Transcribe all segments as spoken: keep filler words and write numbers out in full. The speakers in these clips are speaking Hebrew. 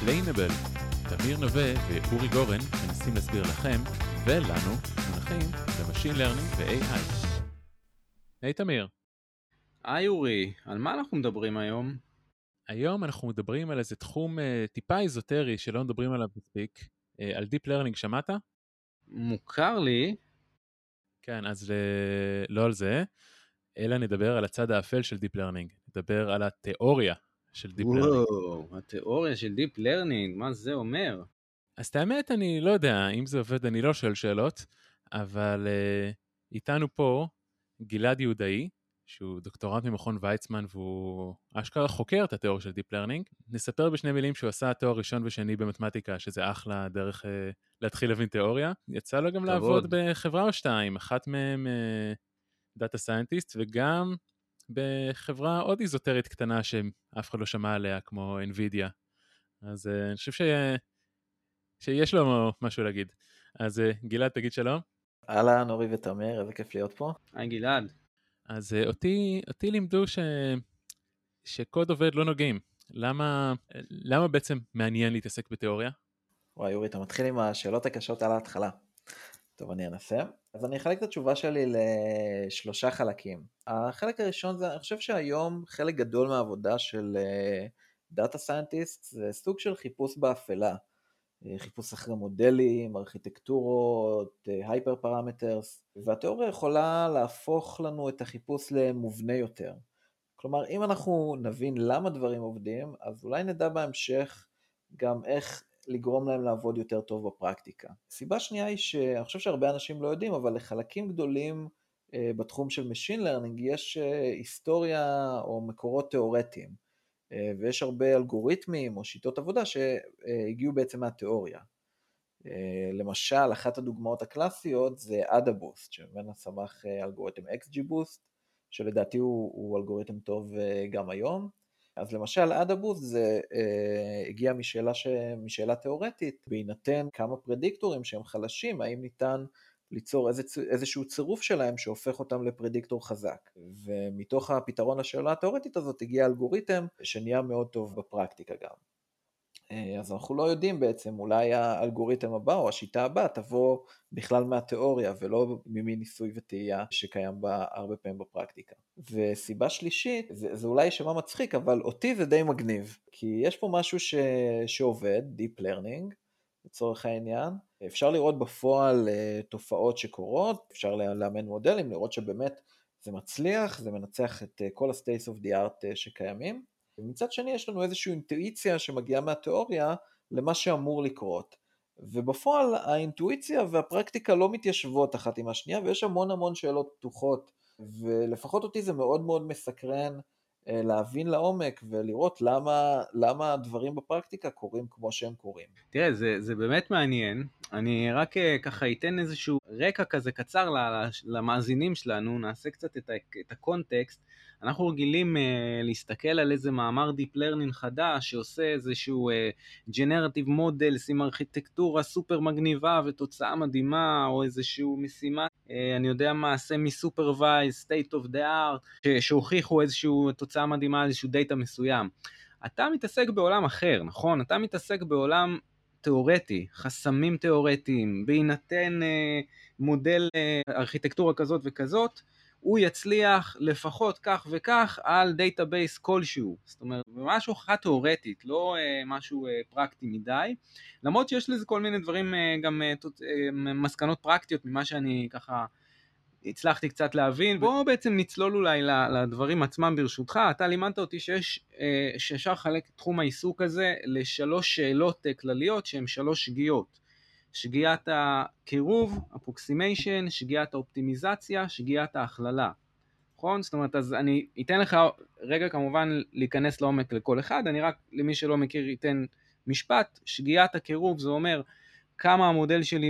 Explainable. תמיר נווה ואורי גורן מנסים להסביר לכם ולנו מונחים במשין לרנינג ו-איי איי. היי תמיר. היי אורי, על מה אנחנו מדברים היום? היום אנחנו מדברים על איזה תחום uh, טיפה איזוטרי שלא מדברים עליו מספיק, uh, על Deep Learning, שמעת? מוכר לי. כן, אז uh, לא על זה, אלא נדבר על הצד האפל של Deep Learning, נדבר על התיאוריה של Deep Learning. וואו, התיאוריה של Deep Learning, מה זה אומר? אז את האמת, אני לא יודע, אם זה עובד אני לא שואל שאלות, אבל uh, איתנו פה גלעד יהודאי, שהוא דוקטורנט ממכון ויצמן, והוא אשכרה חוקר את התיאוריה של Deep Learning. נספר בשני מילים שהוא עשה תואר ראשון ושני במתמטיקה, שזה אחלה דרך uh, להתחיל להבין תיאוריה. יצא לו גם כבוד. לעבוד בחברה או שתיים, אחת מהם דאטה סיינטיסט, וגם בחברה עוד איזוטרית קטנה שאף אחד לא שמע עליה, כמו NVIDIA. אז uh, אני חושב ש... שיש לו משהו להגיד. אז uh, גלעד, תגיד שלום. אהלן, אורי ותמיר, איזה כיף להיות פה. היי גלעד. אז uh, אותי, אותי לימדו ש... שקוד עובד לא נוגעים. למה, למה בעצם מעניין להתעסק בתיאוריה? וואי, אורי, אתה מתחיל עם השאלות הקשות על ההתחלה. טוב, אני אנסה. אז אני אחלק את התשובה שלי לשלושה חלקים. החלק הראשון זה, אני חושב שהיום חלק גדול מהעבודה של דאטה סיינטיסט זה סוג של חיפוש באפלה. חיפוש אחרי מודלים, ארכיטקטורות, הייפר פרמטרס, והתיאוריה יכולה להפוך לנו את החיפוש למובנה יותר. כלומר, אם אנחנו נבין למה דברים עובדים, אז אולי נדע בהמשך גם איך לגרום להם לעבוד יותר טוב בפרקטיקה. סיבה שנייה היא שאני חושב שהרבה אנשים לא יודעים, אבל לחלקים גדולים בתחום של Machine Learning יש היסטוריה או מקורות תיאורטיים, ויש הרבה אלגוריתמים או שיטות עבודה שהגיעו בעצם מהתיאוריה. למשל, אחת הדוגמאות הקלאסיות זה AdaBoost, שממנה צמח אלגוריתם XGBoost, שלדעתי הוא, הוא אלגוריתם טוב גם היום. אז למשל, AdaBoost זה אה, הגיע משאלה, ש... משאלה תיאורטית, בהינתן כמה פרדיקטורים שהם חלשים, האם ניתן ליצור איזה, איזשהו צירוף שלהם שהופך אותם לפרדיקטור חזק. ומתוך הפתרון לשאלה התיאורטית הזאת הגיע אלגוריתם שנהיה מאוד טוב בפרקטיקה גם. אז אנחנו לא יודעים בעצם, אולי האלגוריתם הבא או השיטה הבאה תבוא בכלל מהתיאוריה ולא ממין ניסוי וטעייה שקיים בה הרבה פעמים בפרקטיקה. וסיבה שלישית, זה, זה אולי שמה מצחיק, אבל אותי זה די מגניב, כי יש פה משהו ש, שעובד, Deep Learning, לצורך העניין. אפשר לראות בפועל תופעות שקורות, אפשר לאמן מודלים, לראות שבאמת זה מצליח, זה מנצח את כל ה-States of the Art שקיימים. ומצד שני יש לנו איזושהי אינטואיציה שמגיעה מהתיאוריה למה שאמור לקרות. ובפועל האינטואיציה והפרקטיקה לא מתיישבות אחת עם השנייה, ויש המון המון שאלות פתוחות, ולפחות אותי זה מאוד מאוד מסקרן להבין לעומק ולראות למה, למה הדברים בפרקטיקה קורים כמו שהם קורים. תראה, זה, זה באמת מעניין. אני רק ככה אתן איזשהו רקע כזה קצר למאזינים שלנו, נעשה קצת את, ה, את הקונטקסט. אנחנו רגילים uh, להסתכל על איזה מאמר Deep Learning חדש, שעושה איזשהו uh, Generative Models עם ארכיטקטורה סופר מגניבה ותוצאה מדהימה, או איזשהו משימה, uh, אני יודע מה, Semi-Supervised, State of the Art, שהוכיחו איזשהו תוצאה מדהימה, איזשהו דאטה מסוים. אתה מתעסק בעולם אחר, נכון? אתה מתעסק בעולם תיאורטי, חסמים תיאורטיים, בהינתן uh, מודל uh, ארכיטקטורה כזאת וכזאת, הוא יצליח לפחות כך וכך על דאטאבייס כלשהו. זאת אומרת, ממש הוכחה תיאורטית, לא uh, משהו uh, פרקטי מדי. למרות שיש לזה כל מיני דברים, uh, גם uh, uh, מסקנות פרקטיות ממה שאני ככה הצלחתי קצת להבין. בואו בעצם נצלול אולי לדברים עצמם ברשותך. אתה לימדת אותי שיש, uh, שאפשר לחלק תחום העיסוק הזה לשלוש שאלות uh, כלליות שהן שלוש שגיאות. שגיאת הקירוב, אפרוקסימיישן, שגיאת האופטימיזציה, שגיאת ההכללה. נכון? זאת אומרת, אז אני אתן לך רגע כמובן להיכנס לעומק לכל אחד, אני רק למי שלא מכיר ייתן משפט. שגיאת הקירוב זה אומר כמה המודל שלי,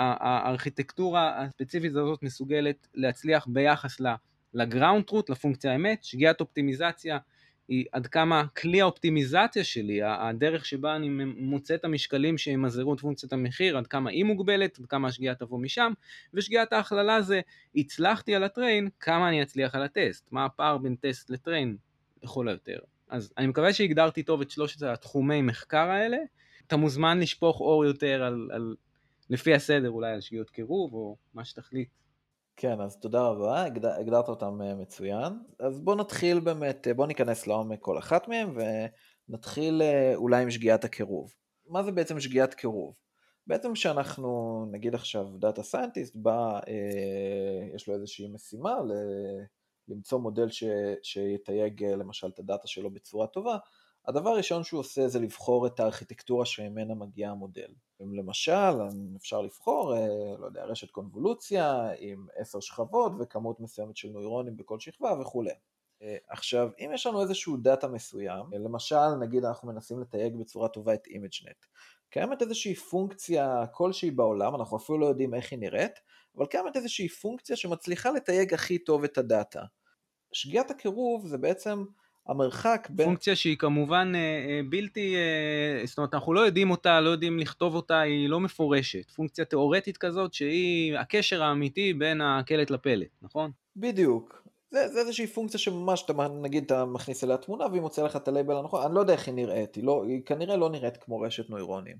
הארכיטקטורה הספציפית הזאת מסוגלת להצליח ביחס לגראונד טרוט, לפונקציה האמת. שגיאת אופטימיזציה היא עד כמה כלי האופטימיזציה שלי, הדרך שבה אני מוצא את המשקלים שימזערו את פונקציית המחיר, עד כמה היא מוגבלת, עד כמה השגיאה תבוא משם. ושגיאת ההכללה זה, הצלחתי על הטריין, כמה אני אצליח על הטסט, מה הפער בין טסט לטריין לכל היותר. אז אני מקווה שהגדרתי טוב את שלושת התחומי מחקר האלה, אתה מוזמן לשפוך אור יותר על, על לפי הסדר, אולי על שגיאות קירוב, או מה שתחליט. כן, אז תודה רבה, הגדרת אותם מצוין. אז בוא נתחיל באמת, בוא ניכנס לעומק כל אחת מהם, ונתחיל אולי עם שגיאת הקירוב. מה זה בעצם שגיאת קירוב? בעצם שאנחנו, נגיד עכשיו דאטה סיינטיסט, בא, יש לו איזושהי משימה למצוא מודל ש, שיתייג למשל את הדאטה שלו בצורה טובה, הדבר הראשון שהוא עושה זה לבחור את הארכיטקטורה שממנה מגיע המודל. למשל, אפשר לבחור, לא יודע, רשת קונבולוציה עם עשר שכבות וכמות מסוימת של נוירונים בכל שכבה וכו'. עכשיו, אם יש לנו איזשהו דאטה מסוים, למשל, נגיד אנחנו מנסים לתייג בצורה טובה את ImageNet, קיימת איזושהי פונקציה כלשהי בעולם, אנחנו אפילו לא יודעים איך היא נראית, אבל קיימת איזושהי פונקציה שמצליחה לתייג הכי טוב את הדאטה. שגיאת הקירוב זה בעצם המרחק בין... פונקציה שהיא כמובן בלתי, זאת אומרת, אנחנו לא יודעים אותה, לא יודעים לכתוב אותה, היא לא מפורשת. פונקציה תיאורטית כזאת שהיא הקשר האמיתי בין הקלט לפלט, נכון? בדיוק. זה, זה איזושהי פונקציה שממש, אתה, נגיד, אתה מכניס אליה תמונה והיא מוצא לך את הלייבל הנכון, אני לא יודע איך היא נראית, היא, לא, היא כנראה לא נראית כמו רשת נוירונים.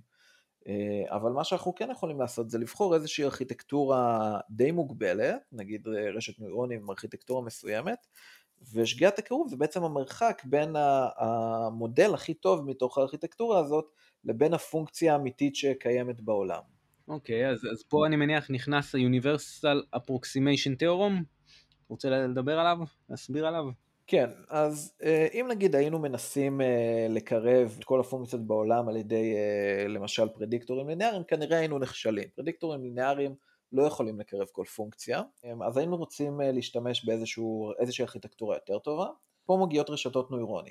אבל מה שאנחנו כן יכולים לעשות זה לבחור איזושהי ארכיטקטורה די מוגבלת, נגיד רשת נוירונים עם ארכיטקטורה מסוימת, ושגיאת הקירוב זה בעצם המרחק בין המודל הכי טוב מתוך הארכיטקטורה הזאת, לבין הפונקציה האמיתית שקיימת בעולם. אוקיי, אז, אז פה אני מניח נכנס ה-Universal Approximation Theorem, רוצה לדבר עליו? להסביר עליו? כן, אז אם נגיד היינו מנסים לקרב את כל הפונקציות בעולם על ידי למשל פרדיקטורים לינאריים, כנראה היינו נכשלים. פרדיקטורים לינאריים לא יכולים לקרב כל פונקציה, אז היינו רוצים להשתמש באיזושהי ארכיטקטורה יותר טובה. פה מגיעות רשתות נוירונים.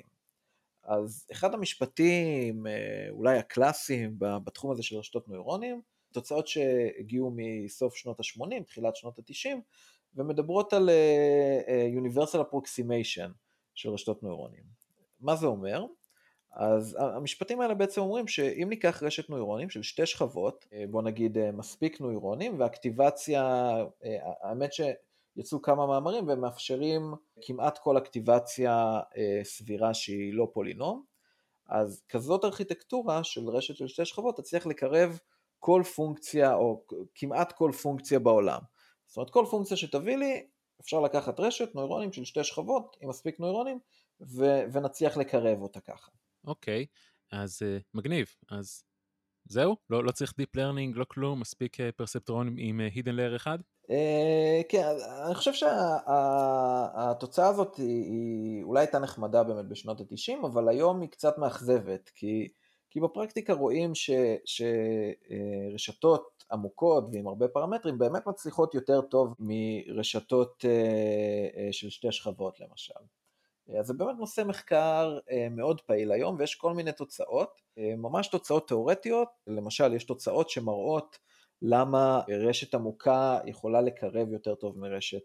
אז אחד המשפטים אולי הקלאסיים בתחום הזה של רשתות נוירונים, תוצאות שהגיעו מסוף שנות ה-שמונים, תחילת שנות ה-תשעים, ומדברות על Universal Approximation של רשתות נוירונים. מה זה אומר? אז המשפטים האלה בעצם אומרים שאם ניקח רשת נוירונים של שתי שכבות, בוא נגיד מספיק נוירונים, והאקטיבציה, האמת שיצאו כמה מאמרים והם מאפשרים כמעט כל אקטיבציה סבירה שהיא לא פולינום, אז כזאת ארכיטקטורה של רשת של שתי שכבות תצליח לקרב כל פונקציה או כמעט כל פונקציה בעולם. זאת אומרת, כל פונקציה שתביא לי, אפשר לקחת רשת נוירונים של שתי שכבות עם מספיק נוירונים, ו- ונצליח לקרב אותה ככה. אוקיי, אז uh, מגניב. אז זהו? לא, לא צריך Deep Learning, לא כלום, מספיק פרספטרון עם uh, Hidden Layer אחד? Uh, כן, אני חושב שהתוצאה הזאת היא, היא אולי הייתה נחמדה באמת בשנות ה-תשעים, אבל היום היא קצת מאכזבת, כי... כי בפרקטיקה רואים שרשתות עמוקות ועם הרבה פרמטרים באמת מצליחות יותר טוב מרשתות של שתי שכבות למשל. אז זה באמת נושא מחקר מאוד פעיל היום, ויש כל מיני תוצאות, ממש תוצאות תיאורטיות, למשל יש תוצאות שמראות למה רשת עמוקה יכולה לקרב יותר טוב מרשת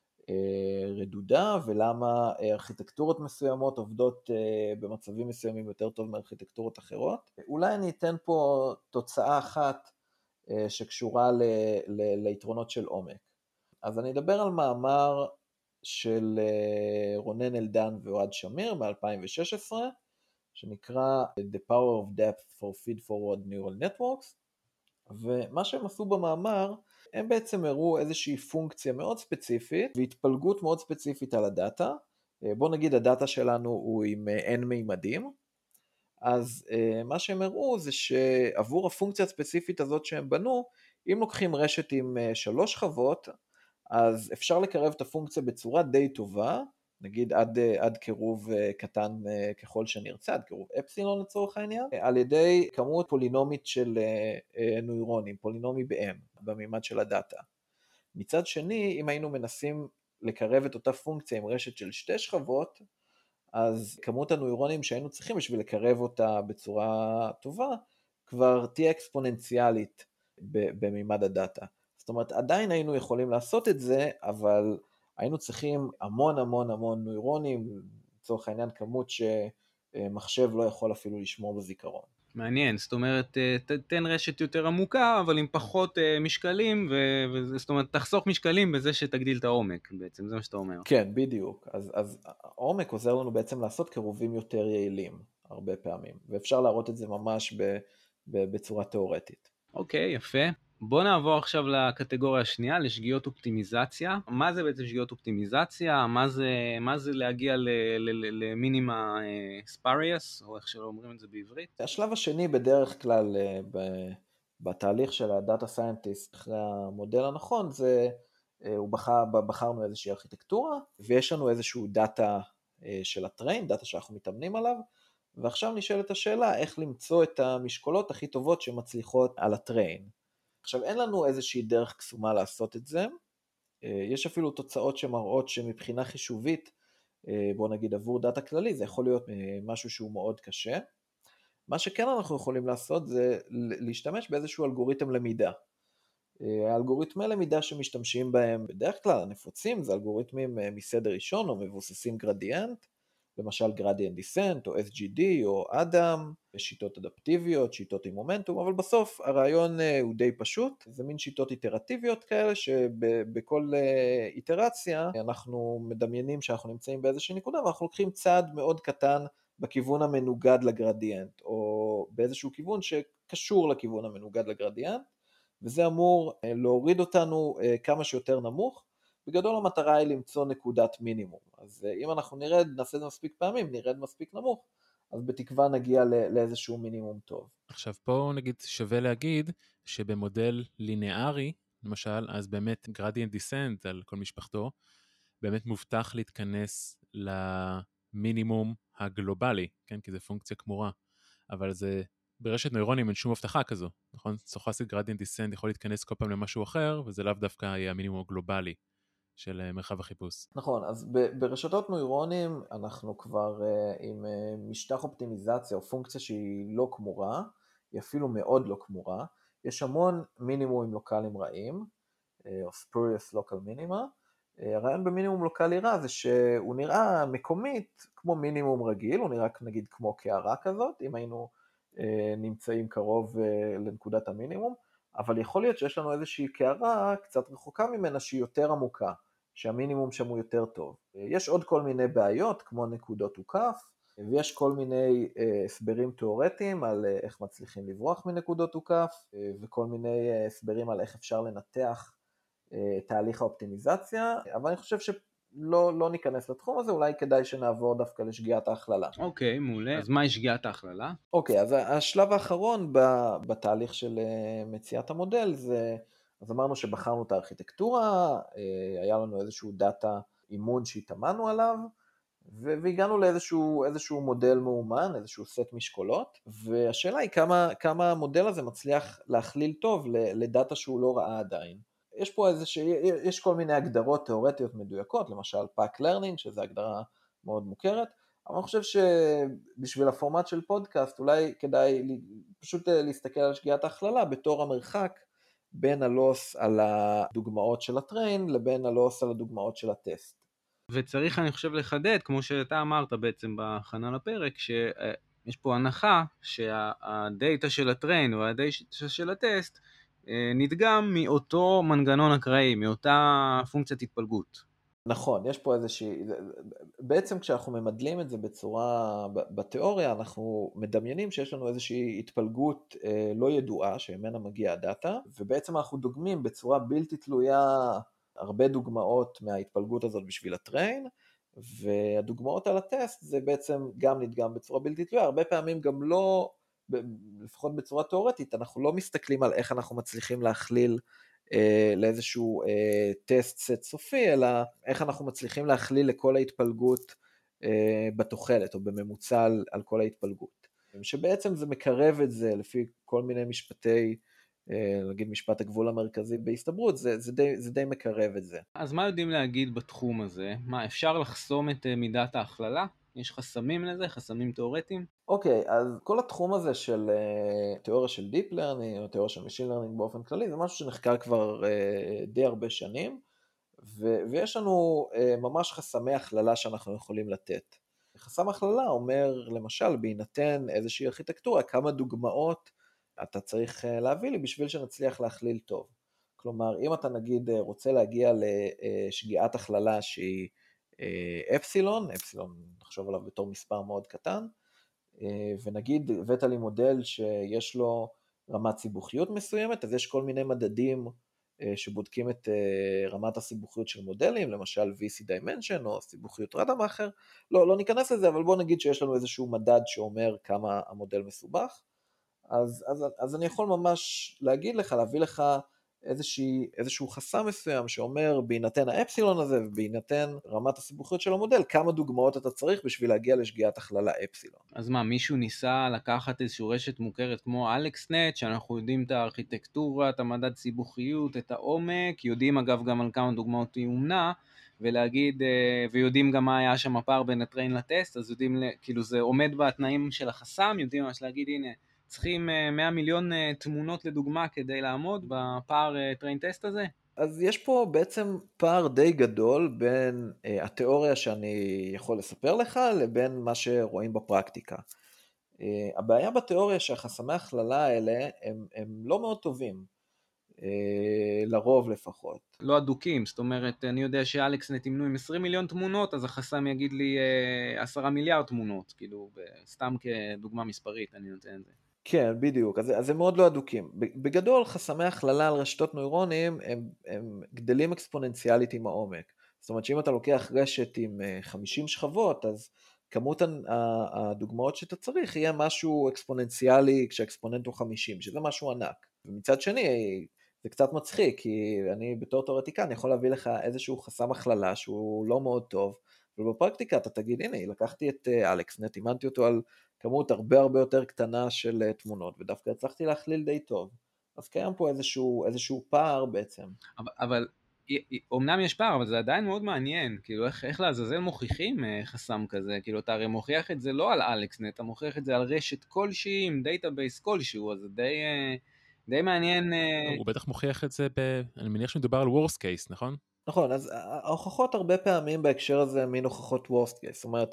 רדודה, ולמה ארכיטקטורות מסוימות עובדות במצבים מסוימים יותר טוב מארכיטקטורות אחרות. אולי אני אתן פה תוצאה אחת שקשורה ל, ל, ליתרונות של עומק. אז אני אדבר על מאמר של רונן אלדן ואוהד שמיר מ-אלפיים ושש עשרה, שנקרא The Power of Depth for Feed Forward Neural Networks, ומה שהם עשו במאמר, הם בעצם הראו איזושהי פונקציה מאוד ספציפית, והתפלגות מאוד ספציפית על הדאטה. בוא נגיד הדאטה שלנו הוא עם n מימדים, אז מה שהם הראו זה שעבור הפונקציה הספציפית הזאת שהם בנו, אם לוקחים רשת עם שלוש שכבות, אז אפשר לקרב את הפונקציה בצורה די טובה, נגיד עד, עד קירוב קטן ככל שנרצה, עד קירוב אפסילון לצורך העניין, על ידי כמות פולינומית של נוירונים, פולינומי ב-M, במימד של הדאטה. מצד שני, אם היינו מנסים לקרב את אותה פונקציה עם רשת של שתי שכבות, אז כמות הנוירונים שהיינו צריכים בשביל לקרב אותה בצורה טובה, כבר תהיה אקספוננציאלית במימד הדאטה. זאת אומרת, עדיין היינו יכולים לעשות את זה, אבל היינו צריכים המון המון המון נוירונים, לצורך העניין כמות שמחשב לא יכול אפילו לשמור בזיכרון. מעניין, זאת אומרת, תן רשת יותר עמוקה, אבל עם פחות משקלים, ו... זאת אומרת, תחסוך משקלים בזה שתגדיל את העומק, בעצם, זה מה שאתה אומר. כן, בדיוק. אז, אז העומק עוזר לנו בעצם לעשות קירובים יותר יעילים, הרבה פעמים, ואפשר להראות את זה ממש ב... בצורה תיאורטית. אוקיי, יפה. בוא נעבור עכשיו לקטגוריה השנייה, לשגיאות אופטימיזציה. מה זה בעצם שגיאות אופטימיזציה? מה זה, מה זה להגיע למינימה ספריוס, או איך שלא אומרים את זה בעברית? השלב השני בדרך כלל בתהליך של הדאטה סיינטיסט אחרי המודל הנכון, זה הוא בחר, בחרנו איזושהי ארכיטקטורה, ויש לנו איזשהו דאטה של הטריין, דאטה שאנחנו מתאמנים עליו, ועכשיו נשאלת השאלה איך למצוא את המשקולות הכי טובות שמצליחות על הטריין. עכשיו אין לנו איזושהי דרך קסומה לעשות את זה, יש אפילו תוצאות שמראות שמבחינה חישובית, בוא נגיד עבור דאטה כללי, זה יכול להיות משהו שהוא מאוד קשה. מה שכן אנחנו יכולים לעשות זה להשתמש באיזשהו אלגוריתם למידה. האלגוריתמי למידה שמשתמשים בהם בדרך כלל הנפוצים זה אלגוריתמים מסדר ראשון או מבוססים גרדיאנט, למשל גרדיאנט דיסנט או אס ג'י די או אדם, שיטות אדפטיביות, שיטות עם מומנטום, אבל בסוף הרעיון הוא די פשוט, זה מין שיטות איטרטיביות כאלה שבכל איטרציה אנחנו מדמיינים שאנחנו נמצאים באיזושהי נקודה ואנחנו לוקחים צעד מאוד קטן בכיוון המנוגד לגרדיאנט או באיזשהו כיוון שקשור לכיוון המנוגד לגרדיאנט, וזה אמור להוריד אותנו כמה שיותר נמוך. בגדול המטרה היא למצוא נקודת מינימום, אז אם אנחנו נרד, נעשה את זה מספיק פעמים, נרד מספיק נמוך, אז בתקווה נגיע לאיזשהו מינימום טוב. עכשיו פה נגיד שווה להגיד שבמודל לינארי, למשל, אז באמת גרדיאנט דיסנט על כל משפחתו, באמת מובטח להתכנס למינימום הגלובלי, כן? כי זה פונקציה כמורה, אבל זה ברשת נוירונים אין שום הבטחה כזו, נכון? סטוכסטיק גרדיאנט דיסנט יכול להתכנס כל פעם למשהו אחר, וזה לאו דווקא יהיה המינימום הגלובלי של מרחב החיפוש. נכון, אז ברשתות נוירונים אנחנו כבר עם משטח אופטימיזציה או פונקציה שהיא לא כמורה, היא אפילו מאוד לא כמורה, יש המון מינימומים לוקליים רעים, או spurious local minima. הרעיון במינימום לוקלי רע זה שהוא נראה מקומית כמו מינימום רגיל, הוא נראה נגיד כמו קערה כזאת, אם היינו נמצאים קרוב לנקודת המינימום, אבל יכול להיות שיש לנו איזושהי קערה קצת רחוקה ממנה שהיא יותר עמוקה, שהמינימום שם הוא יותר טוב. יש עוד כל מיני בעיות כמו נקודות וקף, ויש כל מיני הסברים תיאורטיים על איך מצליחים לברוח מנקודות וקף, וכל מיני הסברים על איך אפשר לנתח תהליך האופטימיזציה, אבל אני חושב שלא לא ניכנס לתחום הזה, אולי כדאי שנעבור דווקא לשגיאת ההכללה. אוקיי, מעולה. אז מהי שגיאת ההכללה? אוקיי, אז השלב האחרון בתהליך של מציאת המודל זה, אז אמרנו שבחרנו את הארכיטקטורה, היה לנו איזשהו דאטה אימון שהתאמנו עליו, והגענו לאיזשהו איזשהו מודל מאומן, איזשהו סט משקולות, והשאלה היא כמה, כמה המודל הזה מצליח להכליל טוב לדאטה שהוא לא ראה עדיין. יש פה איזושהי, יש כל מיני הגדרות תיאורטיות מדויקות, למשל Pack Learning, שזו הגדרה מאוד מוכרת, אבל אני חושב שבשביל הפורמט של פודקאסט, אולי כדאי פשוט להסתכל על שגיאת ההכללה בתור המרחק בין הלוס על הדוגמאות של הטריין, לבין הלוס על הדוגמאות של הטסט. וצריך, אני חושב, לחדד, כמו שאתה אמרת בעצם בהכנה לפרק, שיש פה הנחה שהדאטה של הטריין או הדאטה של הטסט נדגם מאותו מנגנון אקראי, מאותה פונקציית התפלגות. נכון, יש פה איזושהי, בעצם כשאנחנו ממדלים את זה בצורה, בתיאוריה, אנחנו מדמיינים שיש לנו איזושהי התפלגות לא ידועה, שממנה מגיע הדאטה, ובעצם אנחנו דוגמים בצורה בלתי תלויה הרבה דוגמאות מההתפלגות הזאת בשביל הטריין, והדוגמאות על הטסט זה בעצם גם נדגם בצורה בלתי תלויה, הרבה פעמים גם לא, לפחות בצורה תיאורטית, אנחנו לא מסתכלים על איך אנחנו מצליחים להכליל אה, לאיזשהו אה, טסט סט סופי, אלא איך אנחנו מצליחים להכליל לכל ההתפלגות אה, בתוחלת, או בממוצע על, על כל ההתפלגות. שבעצם זה מקרב את זה, לפי כל מיני משפטי, אה, נגיד משפט הגבול המרכזי בהסתברות, זה, זה, די, זה די מקרב את זה. אז מה יודעים להגיד בתחום הזה? מה, אפשר לחסום את מידת ההכללה? יש חסמים לזה? חסמים תיאורטיים? אוקיי, okay, אז כל התחום הזה של uh, תיאוריה של Deep Learning, או תיאוריה של Machine Learning באופן כללי, זה משהו שנחקר כבר uh, די הרבה שנים, ו- ויש לנו uh, ממש חסמי הכללה שאנחנו יכולים לתת. חסם הכללה אומר, למשל, בהינתן איזושהי ארכיטקטורה, כמה דוגמאות אתה צריך uh, להביא לי בשביל שנצליח להכליל טוב. כלומר, אם אתה נגיד רוצה להגיע לשגיאת הכללה שהיא אפסילון, אפסילון נחשוב עליו בתור מספר מאוד קטן, ונגיד הבאת לי מודל שיש לו רמת סיבוכיות מסוימת, אז יש כל מיני מדדים שבודקים את רמת הסיבוכיות של מודלים, למשל וי סי Dimension או סיבוכיות רדאמאכר, לא, לא ניכנס לזה, אבל בוא נגיד שיש לנו איזשהו מדד שאומר כמה המודל מסובך, אז, אז, אז אני יכול ממש להגיד לך, להביא לך איזושהי, איזשהו חסם מסוים שאומר בהינתן האפסילון הזה ובהינתן רמת הסיבוכיות של המודל, כמה דוגמאות אתה צריך בשביל להגיע לשגיאת הכללה אפסילון. אז מה, מישהו ניסה לקחת איזשהו רשת מוכרת כמו אלכסנט, שאנחנו יודעים את הארכיטקטורה, את המדד סיבוכיות, את העומק, יודעים אגב גם על כמה דוגמאות היא אומנה, ולהגיד, ויודעים גם מה היה שם הפער בין הטריין לטסט, אז יודעים, כאילו זה עומד בתנאים של החסם, יודעים ממש להגיד, הנה, צריכים מאה מיליון תמונות לדוגמה כדי לעמוד בפער טריין טסט הזה? אז יש פה בעצם פער די גדול בין uh, התיאוריה שאני יכול לספר לך לבין מה שרואים בפרקטיקה. Uh, הבעיה בתיאוריה שהחסמי הכללה האלה הם, הם לא מאוד טובים, uh, לרוב לפחות. לא אדוקים, זאת אומרת, אני יודע שאלכסנט ימנו עם עשרים מיליון תמונות, אז החסם יגיד לי uh, עשרה מיליארד תמונות, כאילו, סתם כדוגמה מספרית אני נותן את זה. כן, בדיוק, אז, אז הם מאוד לא אדוקים. בגדול, חסמי הכללה על רשתות נוירונים הם, הם גדלים אקספוננציאלית עם העומק. זאת אומרת שאם אתה לוקח רשת עם חמישים שכבות, אז כמות הדוגמאות שאתה צריך יהיה משהו אקספוננציאלי כשהאקספוננט הוא חמישים, שזה משהו ענק. ומצד שני, זה קצת מצחיק, כי אני בתור תיאורטיקן יכול להביא לך איזשהו חסם הכללה שהוא לא מאוד טוב, ובפרקטיקה אתה תגיד, הנה, לקחתי את אלכסנט, אימנתי אותו על כמות הרבה הרבה יותר קטנה של תמונות, ודווקא הצלחתי להכליל די טוב. אז קיים פה איזשהו, איזשהו פער בעצם. אבל, אבל אומנם יש פער, אבל זה עדיין מאוד מעניין, כאילו איך, איך לעזאזל מוכיחים חסם כזה, כאילו אתה הרי מוכיח את זה לא על אלכסנט, אתה מוכיח את זה על רשת כלשהי, עם דייטאבייס כלשהו, אז זה די, די מעניין. הוא בטח מוכיח את זה, ב... אני מניח שמדובר על worst case, נכון? נכון, אז ההוכחות הרבה פעמים בהקשר הזה מין הוכחות worst case, זאת אומרת,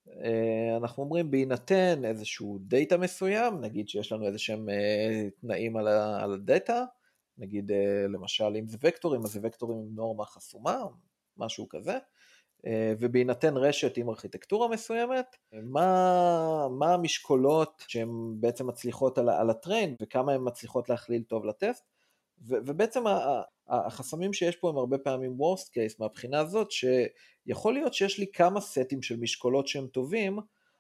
אנחנו אומרים בהינתן איזשהו דאטה מסוים, נגיד שיש לנו איזשהם תנאים על הדאטה, נגיד למשל אם זה וקטורים, אז זה וקטורים עם נורמה חסומה, משהו כזה, ובהינתן רשת עם ארכיטקטורה מסוימת, מה, מה המשקולות שהן בעצם מצליחות על, על הטריין, וכמה הן מצליחות להכליל טוב לטסט, ו, ובעצם החסמים שיש פה הם הרבה פעמים worst case, מהבחינה הזאת שיכול להיות שיש לי כמה סטים של משקולות שהם טובים,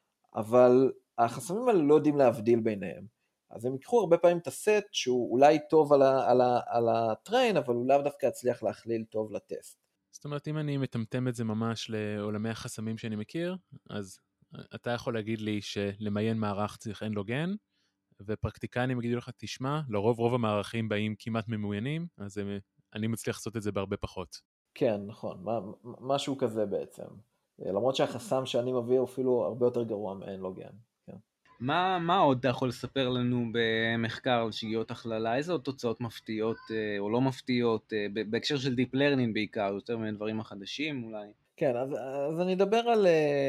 אבל החסמים האלה לא יודעים להבדיל ביניהם. אז הם ייקחו הרבה פעמים את הסט שהוא אולי טוב על, ה, על, ה, על הטריין, אבל הוא לאו דווקא יצליח להכליל טוב לטסט. זאת אומרת, אם אני מטמטם את זה ממש לעולמי החסמים שאני מכיר, אז אתה יכול להגיד לי שלמיין מערך צריך N-log-N, ופרקטיקנים יגידו לך, תשמע, לרוב רוב המערכים באים כמעט ממוינים, אז אני מצליח לעשות את זה בהרבה פחות. כן, נכון, משהו כזה בעצם. למרות שהחסם שאני מביא הוא אפילו הרבה יותר גרוע מ-N-log-N. כן. מה, מה עוד אתה יכול לספר לנו במחקר על שגיאות הכללה? איזה עוד תוצאות מפתיעות או לא מפתיעות, בהקשר של Deep Learning בעיקר, יותר מדברים החדשים אולי? כן, אז, אז אני אדבר על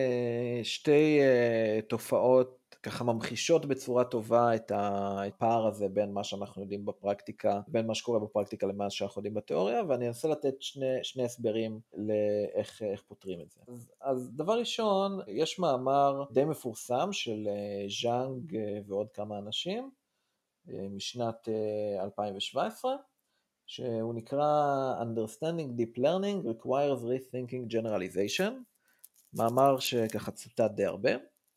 שתי תופעות ככה ממחישות בצורה טובה את הפער הזה בין מה שאנחנו יודעים בפרקטיקה, בין מה שקורה בפרקטיקה למה שאנחנו יודעים בתיאוריה, ואני אנסה לתת שני, שני הסברים לאיך איך פותרים את זה. אז, אז דבר ראשון, יש מאמר די מפורסם של ז'אנג ועוד כמה אנשים, משנת אלפיים שבע עשרה, שהוא נקרא Understanding Deep Learning Requires Rethinking Generalization, מאמר שככה צוטט די הרבה,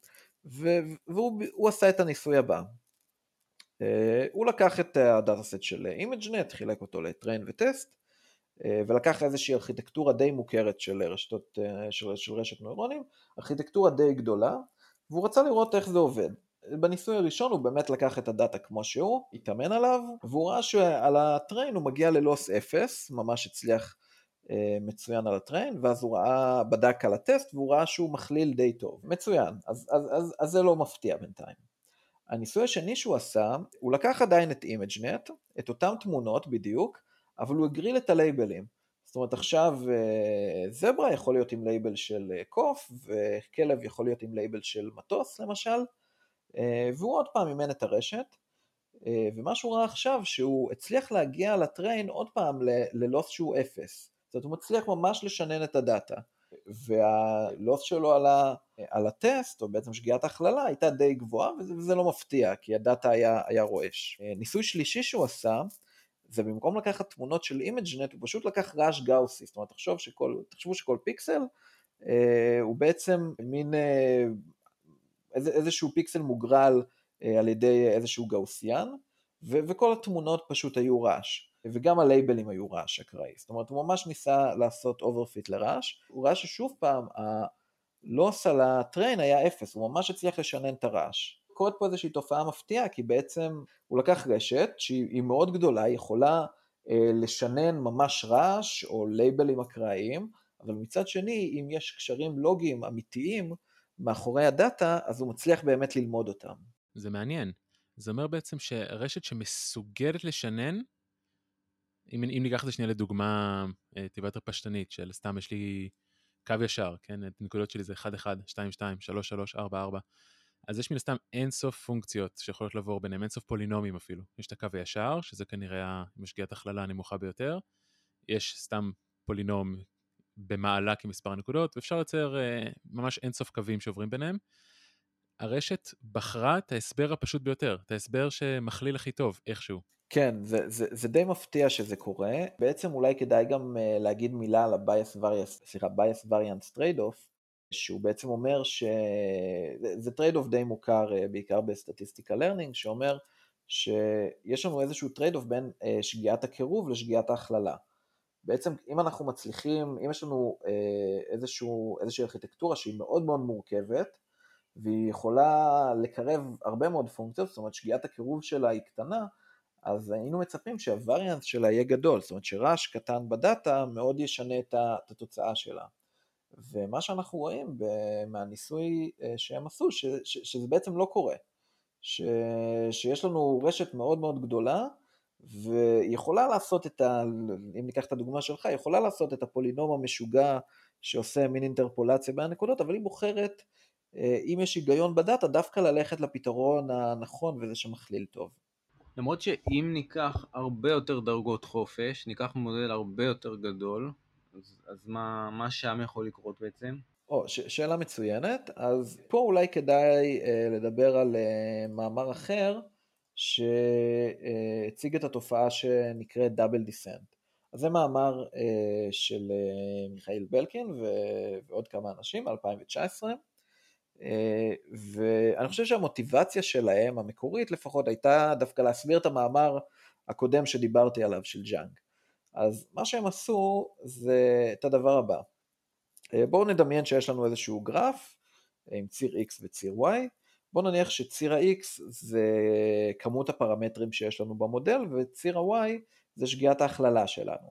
והוא עשה את הניסוי הבא. הוא לקח את הדאטאסט של ImageNet, חילק אותו לטריין וטסט, ולקח איזושהי ארכיטקטורה די מוכרת של, רשתות, של, של רשת נוירונים, ארכיטקטורה די גדולה, והוא רצה לראות איך זה עובד. בניסוי הראשון הוא באמת לקח את הדאטה כמו שהוא, התאמן עליו, והוא ראה שעל הטריין הוא מגיע ללוס אפס, ממש הצליח אה, מצוין על הטריין, ואז הוא ראה, בדק על הטסט, והוא ראה שהוא מכליל די טוב. מצוין, אז, אז, אז, אז זה לא מפתיע בינתיים. הניסוי השני שהוא עשה, הוא לקח עדיין את ImageNet, את אותם תמונות בדיוק, אבל הוא הגריל את הלייבלים. זאת אומרת, עכשיו זברה יכול להיות עם לייבל של קוף, וכלב יכול להיות עם לייבל של מטוס למשל, והוא עוד פעם אימן את הרשת, ומה שהוא ראה עכשיו, שהוא הצליח להגיע לטריין עוד פעם ללוס שהוא אפס. זאת אומרת, הוא מצליח ממש לשנן את הדאטה. והלוס שלו על, ה, על הטסט, או בעצם שגיאת ההכללה, הייתה די גבוהה, וזה, וזה לא מפתיע, כי הדאטה היה, היה רועש. ניסוי שלישי שהוא עשה, זה במקום לקחת תמונות של ImageNet, הוא פשוט לקח רעש גאוסי, זאת אומרת, תחשוב שכל, תחשבו שכל פיקסל, אה, הוא בעצם מין אה, איזה, איזשהו פיקסל מוגרל אה, על ידי איזשהו גאוסיין, ו- וכל התמונות פשוט היו רעש, וגם הלייבלים היו רעש אקראי, זאת אומרת, הוא ממש ניסה לעשות אוברפיט לרעש, הוא ראה ששוב פעם, הלוס על הטריין היה אפס, הוא ממש הצליח לשנן את הרעש. קורית פה איזושהי תופעה מפתיעה, כי בעצם הוא לקח רשת שהיא מאוד גדולה, היא יכולה אה, לשנן ממש רעש או לייבלים אקראיים, אבל מצד שני, אם יש קשרים לוגיים אמיתיים מאחורי הדאטה, אז הוא מצליח באמת ללמוד אותם. זה מעניין. זה אומר בעצם שרשת שמסוגלת לשנן, אם, אם ניקח את זה שנייה לדוגמה טיפה יותר פשטנית, של סתם יש לי קו ישר, כן? את נקודות שלי זה אחת אחת, שתיים שתיים, שלוש שלוש, ארבע ארבע, אז יש מן הסתם אינסוף פונקציות שיכולות לעבור ביניהם, אינסוף פולינומים אפילו. יש את הקו הישר, שזה כנראה המשגיאת הכללה הנמוכה ביותר, יש סתם פולינום במעלה כמספר הנקודות, ואפשר לייצר uh, ממש אינסוף קווים שעוברים ביניהם. הרשת בחרה את ההסבר הפשוט ביותר, את ההסבר שמכליל הכי טוב, איכשהו. כן, זה, זה, זה די מפתיע שזה קורה. בעצם אולי כדאי גם uh, להגיד מילה על ה-bias variance, סליחה, bias variance trade-off, שהוא בעצם אומר שזה trade-off די מוכר uh, בעיקר בסטטיסטיקה learning, שאומר שיש לנו איזשהו trade-off בין uh, שגיאת הקירוב לשגיאת ההכללה. בעצם אם אנחנו מצליחים, אם יש לנו uh, איזשהו, איזושהי ארכיטקטורה שהיא מאוד מאוד מורכבת, והיא יכולה לקרב הרבה מאוד פונקציות, זאת אומרת שגיאת הקירוב שלה היא קטנה, אז היינו מצפים שהווריאנס שלה יהיה גדול, זאת אומרת שרעש קטן בדאטה מאוד ישנה את התוצאה שלה. ומה שאנחנו רואים מהניסוי שהם עשו, ש, ש, שזה בעצם לא קורה. ש, שיש לנו רשת מאוד מאוד גדולה, ויכולה לעשות את ה... אם ניקח את הדוגמה שלך, יכולה לעשות את הפולינום המשוגע, שעושה מין אינטרפולציה בין הנקודות, אבל היא בוחרת, אם יש היגיון בדאטה, דווקא ללכת לפתרון הנכון, וזה שמכליל טוב. למרות שאם ניקח הרבה יותר דרגות חופש, ניקח מודל הרבה יותר גדול, אז, אז מה, מה שם יכול לקרות בעצם? או, ש- שאלה מצוינת, אז פה אולי כדאי אה, לדבר על אה, מאמר אחר, שהציג את התופעה שנקראת דאבל דיסנט. אז זה מאמר אה, של אה, מיכאל בלקין ו- ועוד כמה אנשים, ב-אלפיים תשע עשרה, ואני חושב שהמוטיבציה שלהם, המקורית לפחות, הייתה דווקא להסביר את המאמר הקודם שדיברתי עליו, של ג'אנג. אז מה שהם עשו זה את הדבר הבא. בואו נדמיין שיש לנו איזשהו גרף עם ציר X וציר Y. בואו נניח שציר ה-X זה כמות הפרמטרים שיש לנו במודל, וציר ה-Y זה שגיאת ההכללה שלנו.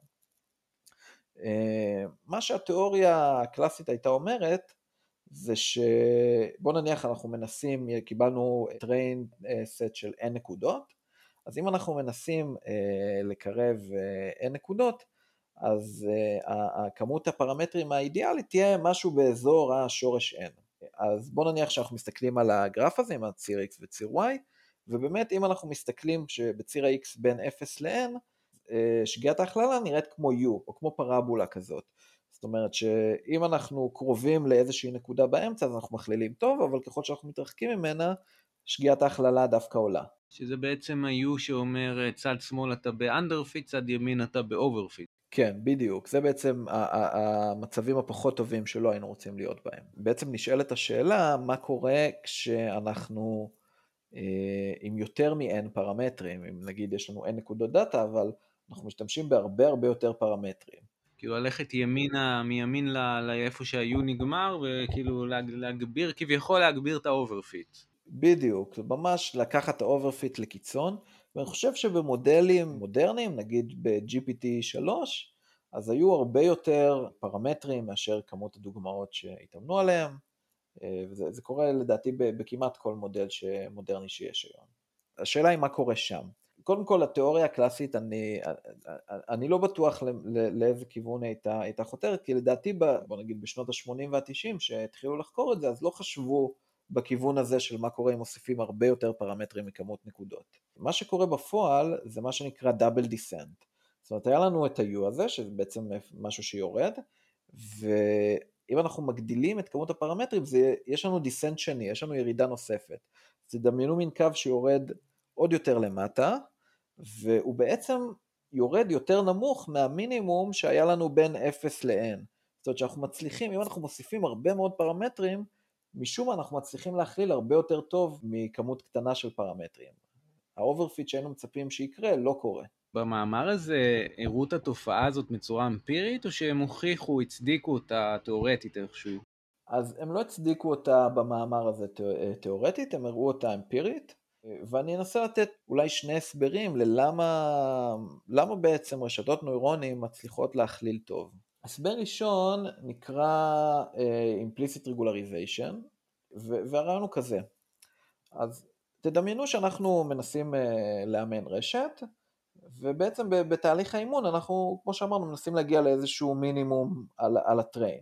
מה שהתיאוריה הקלאסית הייתה אומרת, זה שבוא נניח אנחנו מנסים, קיבלנו train set של n נקודות, אז אם אנחנו מנסים לקרב n נקודות, אז הכמות הפרמטרים האידיאלית תהיה משהו באזור השורש n. אז בוא נניח שאנחנו מסתכלים על הגרף הזה עם הציר x וציר y, ובאמת אם אנחנו מסתכלים שבציר ה-x בין אפס ל-n, שגיאת ההכללה נראית כמו u, או כמו פרבולה כזאת. זאת אומרת שאם אנחנו קרובים לאיזושהי נקודה באמצע, אז אנחנו מכלילים טוב, אבל ככל שאנחנו מתרחקים ממנה, שגיאת ההכללה דווקא עולה. שזה בעצם ה-U שאומר צד שמאל אתה ב-underfit, צד ימין אתה ב-overfit. כן, בדיוק. זה בעצם המצבים הפחות טובים שלא היינו רוצים להיות בהם. בעצם נשאלת השאלה, מה קורה כשאנחנו עם יותר מ-n פרמטרים, אם נגיד יש לנו n נקודות דאטה, אבל אנחנו משתמשים בהרבה הרבה יותר פרמטרים. כאילו ללכת ימינה, מימין לאיפה שה-U נגמר, וכאילו להגביר, כביכול להגביר את ה-overfit. בדיוק, ממש לקחת את ה-overfit לקיצון, ואני חושב שבמודלים מודרניים, נגיד ב-ג'י פי טי שלוש, אז היו הרבה יותר פרמטרים מאשר כמות הדוגמאות שהתאמנו עליהם, וזה זה קורה לדעתי בכמעט כל מודל מודרני שיש היום. השאלה היא מה קורה שם. קודם כל, התיאוריה הקלאסית, אני, אני לא בטוח לאיזה כיוון הייתה, הייתה חותרת, כי לדעתי, בוא נגיד בשנות ה-שמונים וה-תשעים, שהתחילו לחקור את זה, אז לא חשבו בכיוון הזה של מה קורה אם מוסיפים הרבה יותר פרמטרים מכמות נקודות. מה שקורה בפועל, זה מה שנקרא דאבל דיסנט. זאת אומרת, היה לנו את ה-U הזה, שזה בעצם משהו שיורד, ו... אם אנחנו מגדילים את כמות הפרמטרים, זה, יש לנו דיסנט שני, יש לנו ירידה נוספת. זה דמיינו מין קו שיורד עוד יותר למטה, והוא בעצם יורד יותר נמוך מהמינימום שהיה לנו בין אפס ל-N. זאת אומרת שאנחנו מצליחים, אם אנחנו מוסיפים הרבה מאוד פרמטרים, משום מה אנחנו מצליחים להכליל הרבה יותר טוב מכמות קטנה של פרמטרים. האוברפיט שהיינו מצפים שיקרה לא קורה. במאמר הזה הראו את התופעה הזאת בצורה אמפירית, או שהם הוכיחו, הצדיקו אותה תיאורטית איכשהו? אז הם לא הצדיקו אותה במאמר הזה תיאורטית, הם הראו אותה אמפירית, ואני אנסה לתת אולי שני הסברים ללמה למה בעצם רשתות נוירונים מצליחות להכליל טוב. הסבר ראשון נקרא uh, implicit regularization, והרעיון הוא כזה. אז תדמיינו שאנחנו מנסים uh, לאמן רשת, ובעצם בתהליך האימון אנחנו, כמו שאמרנו, מנסים להגיע לאיזשהו מינימום על, על הטריין.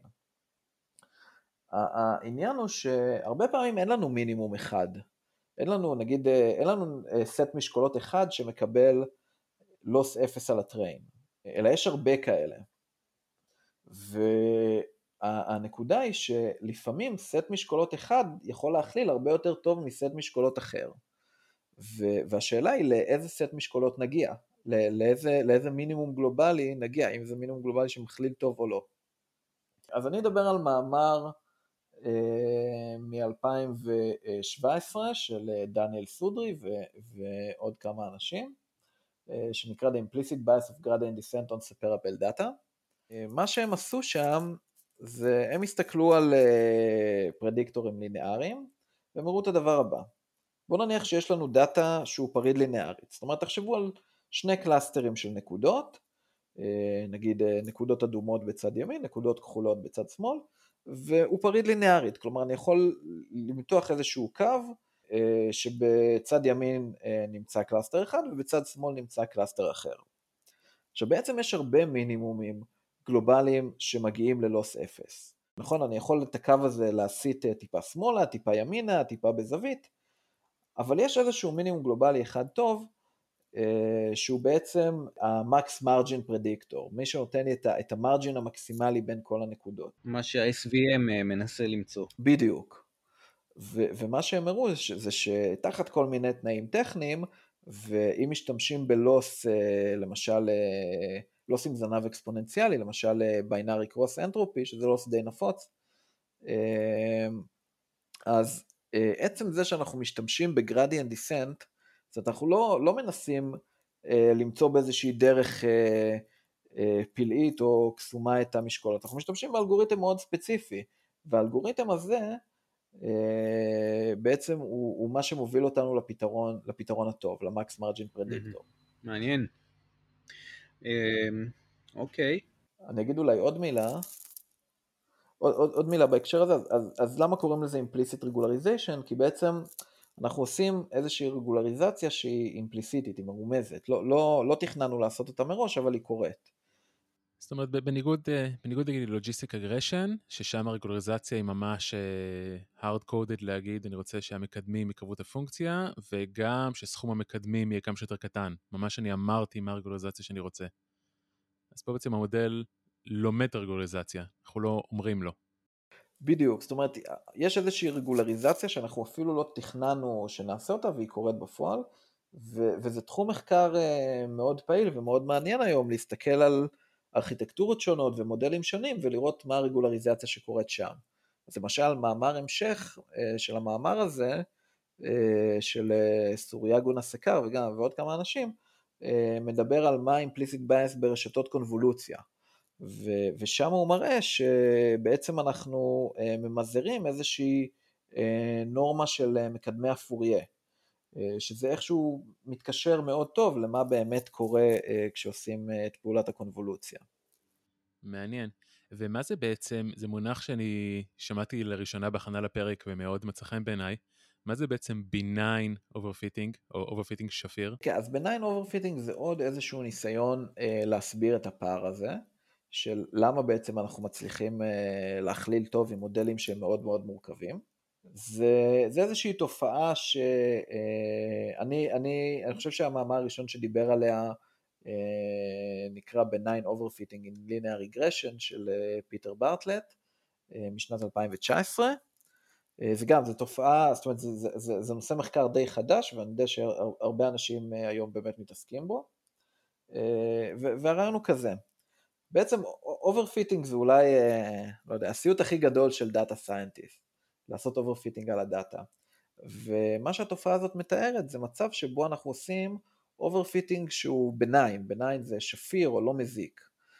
העניין הוא שהרבה פעמים אין לנו מינימום אחד. אין לנו, נגיד, אין לנו סט משקולות אחד שמקבל לוס אפס על הטריין, אלא יש הרבה כאלה. והנקודה היא שלפעמים סט משקולות אחד יכול להכליל הרבה יותר טוב מסט משקולות אחר. והשאלה היא לאיזה סט משקולות נגיע, לאיזה, לאיזה מינימום גלובלי נגיע, אם זה מינימום גלובלי שמכליל טוב או לא. אז אני אדבר על מאמר מ-אלפיים שבע עשרה של דניאל סודרי ועוד כמה אנשים, שנקרא The Implicit Bias of Gradient Descent on Separable Data. מה שהם עשו שם, זה הם הסתכלו על פרדיקטורים לינאריים, והם הראו את הדבר הבא. בואו נניח שיש לנו דאטה שהוא פריד לינארית, זאת אומרת, תחשבו על שני קלאסטרים של נקודות, נגיד נקודות אדומות בצד ימין, נקודות כחולות בצד שמאל, והוא פריד לינארית, כלומר אני יכול למתוח איזשהו קו, שבצד ימין נמצא קלאסטר אחד, ובצד שמאל נמצא קלאסטר אחר. עכשיו בעצם יש הרבה מינימומים גלובליים שמגיעים ללוס אפס. נכון, אני יכול את הקו הזה להסיט טיפה שמאלה, טיפה ימינה, טיפה בזווית, אבל יש איזשהו מינימום גלובלי אחד טוב, שהוא בעצם ה-Max Margin Predictor, מי שנותן את, את המרג'ין המקסימלי בין כל הנקודות. מה שה-אס וי אם מנסה למצוא. בדיוק. ו- ומה שהם הראו זה שתחת כל מיני תנאים טכניים, ואם משתמשים בלוס, למשל, לוס עם זנב אקספוננציאלי, למשל בינארי קרוס אנטרופי, שזה לוס די נפוץ, אז עצם זה שאנחנו משתמשים בגרדיאנט דיסנט, זאת אומרת, אנחנו לא, לא מנסים אה, למצוא באיזושהי דרך אה, אה, פלאית או קסומה את המשקולות, אנחנו משתמשים באלגוריתם מאוד ספציפי, והאלגוריתם הזה אה, בעצם הוא, הוא מה שמוביל אותנו לפתרון, לפתרון הטוב, למקס מרג'ין פרדיקטור. מעניין. אה, אוקיי. אני אגיד אולי עוד מילה, עוד, עוד, עוד מילה בהקשר הזה, אז, אז, אז למה קוראים לזה implicit regularization? כי בעצם אנחנו עושים איזושהי רגולריזציה שהיא אימפליסיטית, היא מרומזת, לא, לא, לא תכננו לעשות אותה מראש, אבל היא קורית. זאת אומרת, בניגוד, בניגוד ללוג'יסטיק אגרשן, ששם הרגולריזציה היא ממש hard-coded להגיד, אני רוצה שהמקדמים יקרבו את הפונקציה, וגם שסכום המקדמים יהיה כמה שיותר קטן. ממש אני אמרתי מה הרגולריזציה שאני רוצה. אז פה בעצם המודל לומד את הרגולריזציה, אנחנו לא אומרים לו. בדיוק, זאת אומרת, יש איזושהי רגולריזציה שאנחנו אפילו לא תכננו שנעשה אותה, והיא קורית בפועל, ו- וזה תחום מחקר מאוד פעיל ומאוד מעניין היום, להסתכל על ארכיטקטורות שונות ומודלים שונים, ולראות מה הרגולריזציה שקורית שם. אז למשל, מאמר המשך של המאמר הזה, של סוריאגו נסקר וגם ועוד כמה אנשים, מדבר על מה implicit bias ברשתות קונבולוציה. ו- ושם הוא מראה שבעצם אנחנו ממזערים איזושהי נורמה של מקדמי הפוריה, שזה איכשהו מתקשר מאוד טוב למה באמת קורה כשעושים את פעולת הקונבולוציה. מעניין. ומה זה בעצם, זה מונח שאני שמעתי לראשונה בהכנה לפרק ומאוד מצא חן בעיניי, מה זה בעצם benign overfitting או overfitting שפיר? כן, אז benign overfitting זה עוד איזשהו ניסיון אה, להסביר את הפער הזה, של למה בעצם אנחנו מצליחים אה, להכליל טוב עם מודלים שהם מאוד מאוד מורכבים. זה, זה איזושהי תופעה שאני, אני, אני חושב שהמאמר הראשון שדיבר עליה אה, נקרא benign overfitting in linear regression של אה, פיטר ברטלט, משנת אלפיים תשע עשרה, זה גם, זה תופעה, זאת אומרת, זה, זה, זה, זה נושא מחקר די חדש, ואני יודע שהרבה אנשים היום באמת מתעסקים בו, והרעיון הוא כזה, בעצם אוברפיטינג זה אולי, לא יודע, הסיוט הכי גדול של דאטה סיינטיסט, לעשות אוברפיטינג על הדאטה, ומה שהתופעה הזאת מתארת זה מצב שבו אנחנו עושים אוברפיטינג שהוא ביניים, ביניים זה שפיר או לא מזיק,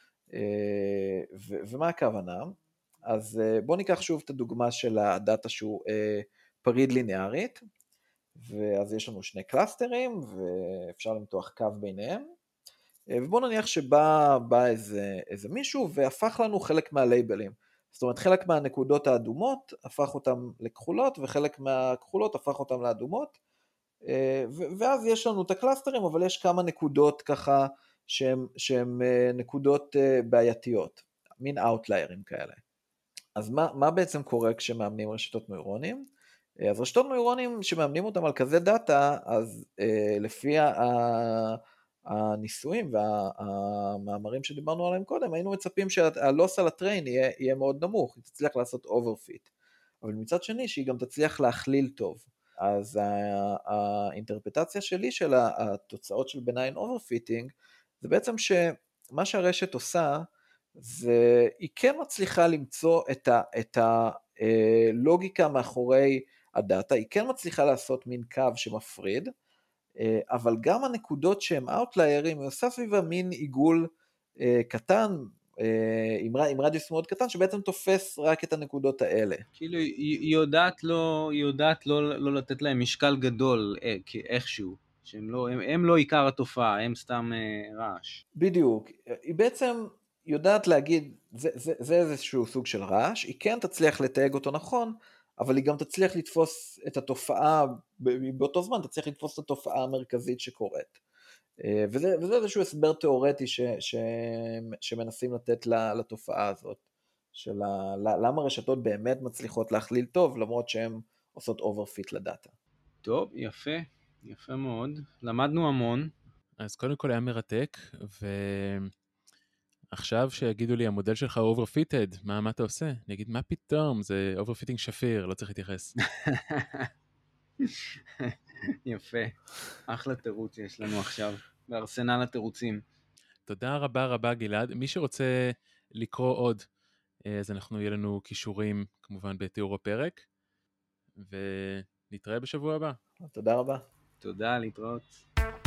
ו- ומה הכוונה? אז בואו ניקח שוב את הדוגמה של הדאטה שהוא פריד ליניארית, ואז יש לנו שני קלאסטרים ואפשר למתוח קו ביניהם, ובואו נניח שבא בא איזה, איזה מישהו והפך לנו חלק מהלייבלים, זאת אומרת חלק מהנקודות האדומות הפך אותם לכחולות, וחלק מהכחולות הפך אותם לאדומות, ואז יש לנו את הקלאסטרים, אבל יש כמה נקודות ככה שהן, שהן נקודות בעייתיות, מין אאוטליירים כאלה. אז מה, מה בעצם קורה כשמאמנים רשתות נוירונים? אז רשתות נוירונים שמאמנים אותם על כזה דאטה, אז אה, לפי ה, הניסויים והמאמרים שדיברנו עליהם קודם, היינו מצפים שהלוס על הטריין יהיה, יהיה מאוד נמוך, היא תצליח לעשות אוברפיט, אבל מצד שני שהיא גם תצליח להכליל טוב. אז האינטרפטציה שלי של התוצאות של בניין אוברפיטינג, זה בעצם שמה שהרשת עושה, זה היא כן מצליחה למצוא את, ה, את הלוגיקה מאחורי הדאטה, היא כן מצליחה לעשות מין קו שמפריד, אבל גם הנקודות שהן אאוטליירים, היא עושה סביבה מין עיגול קטן, עם, עם רדיוס מאוד קטן, שבעצם תופס רק את הנקודות האלה. כאילו היא יודעת לא, היא יודעת לא, לא לתת להם משקל גדול איכשהו, שהם לא, הם, הם לא עיקר התופעה, הם סתם רעש. בדיוק, היא בעצם יודעת להגיד, זה, זה, זה איזשהו סוג של רעש, היא כן תצליח לתייג אותו נכון, אבל היא גם תצליח לתפוס את התופעה, באותו זמן תצליח לתפוס את התופעה המרכזית שקורית. וזה, וזה איזשהו הסבר תיאורטי ש, ש, שמנסים לתת לתופעה הזאת, של ה, למה רשתות באמת מצליחות להכליל טוב, למרות שהן עושות אוברפיט לדאטה. טוב, יפה, יפה מאוד, למדנו המון. אז קודם כל היה מרתק, ועכשיו שיגידו לי, המודל שלך אוברפיטד, מה, מה אתה עושה? אני אגיד, מה פתאום? זה אוברפיטינג שפיר, לא צריך להתייחס. יפה, אחלה תירוץ יש לנו עכשיו, בארסנל התירוצים. תודה רבה רבה גלעד. מי שרוצה לקרוא עוד, אז אנחנו יהיה לנו קישורים כמובן בתיאור הפרק, ונתראה בשבוע הבא. תודה רבה. תודה, להתראות.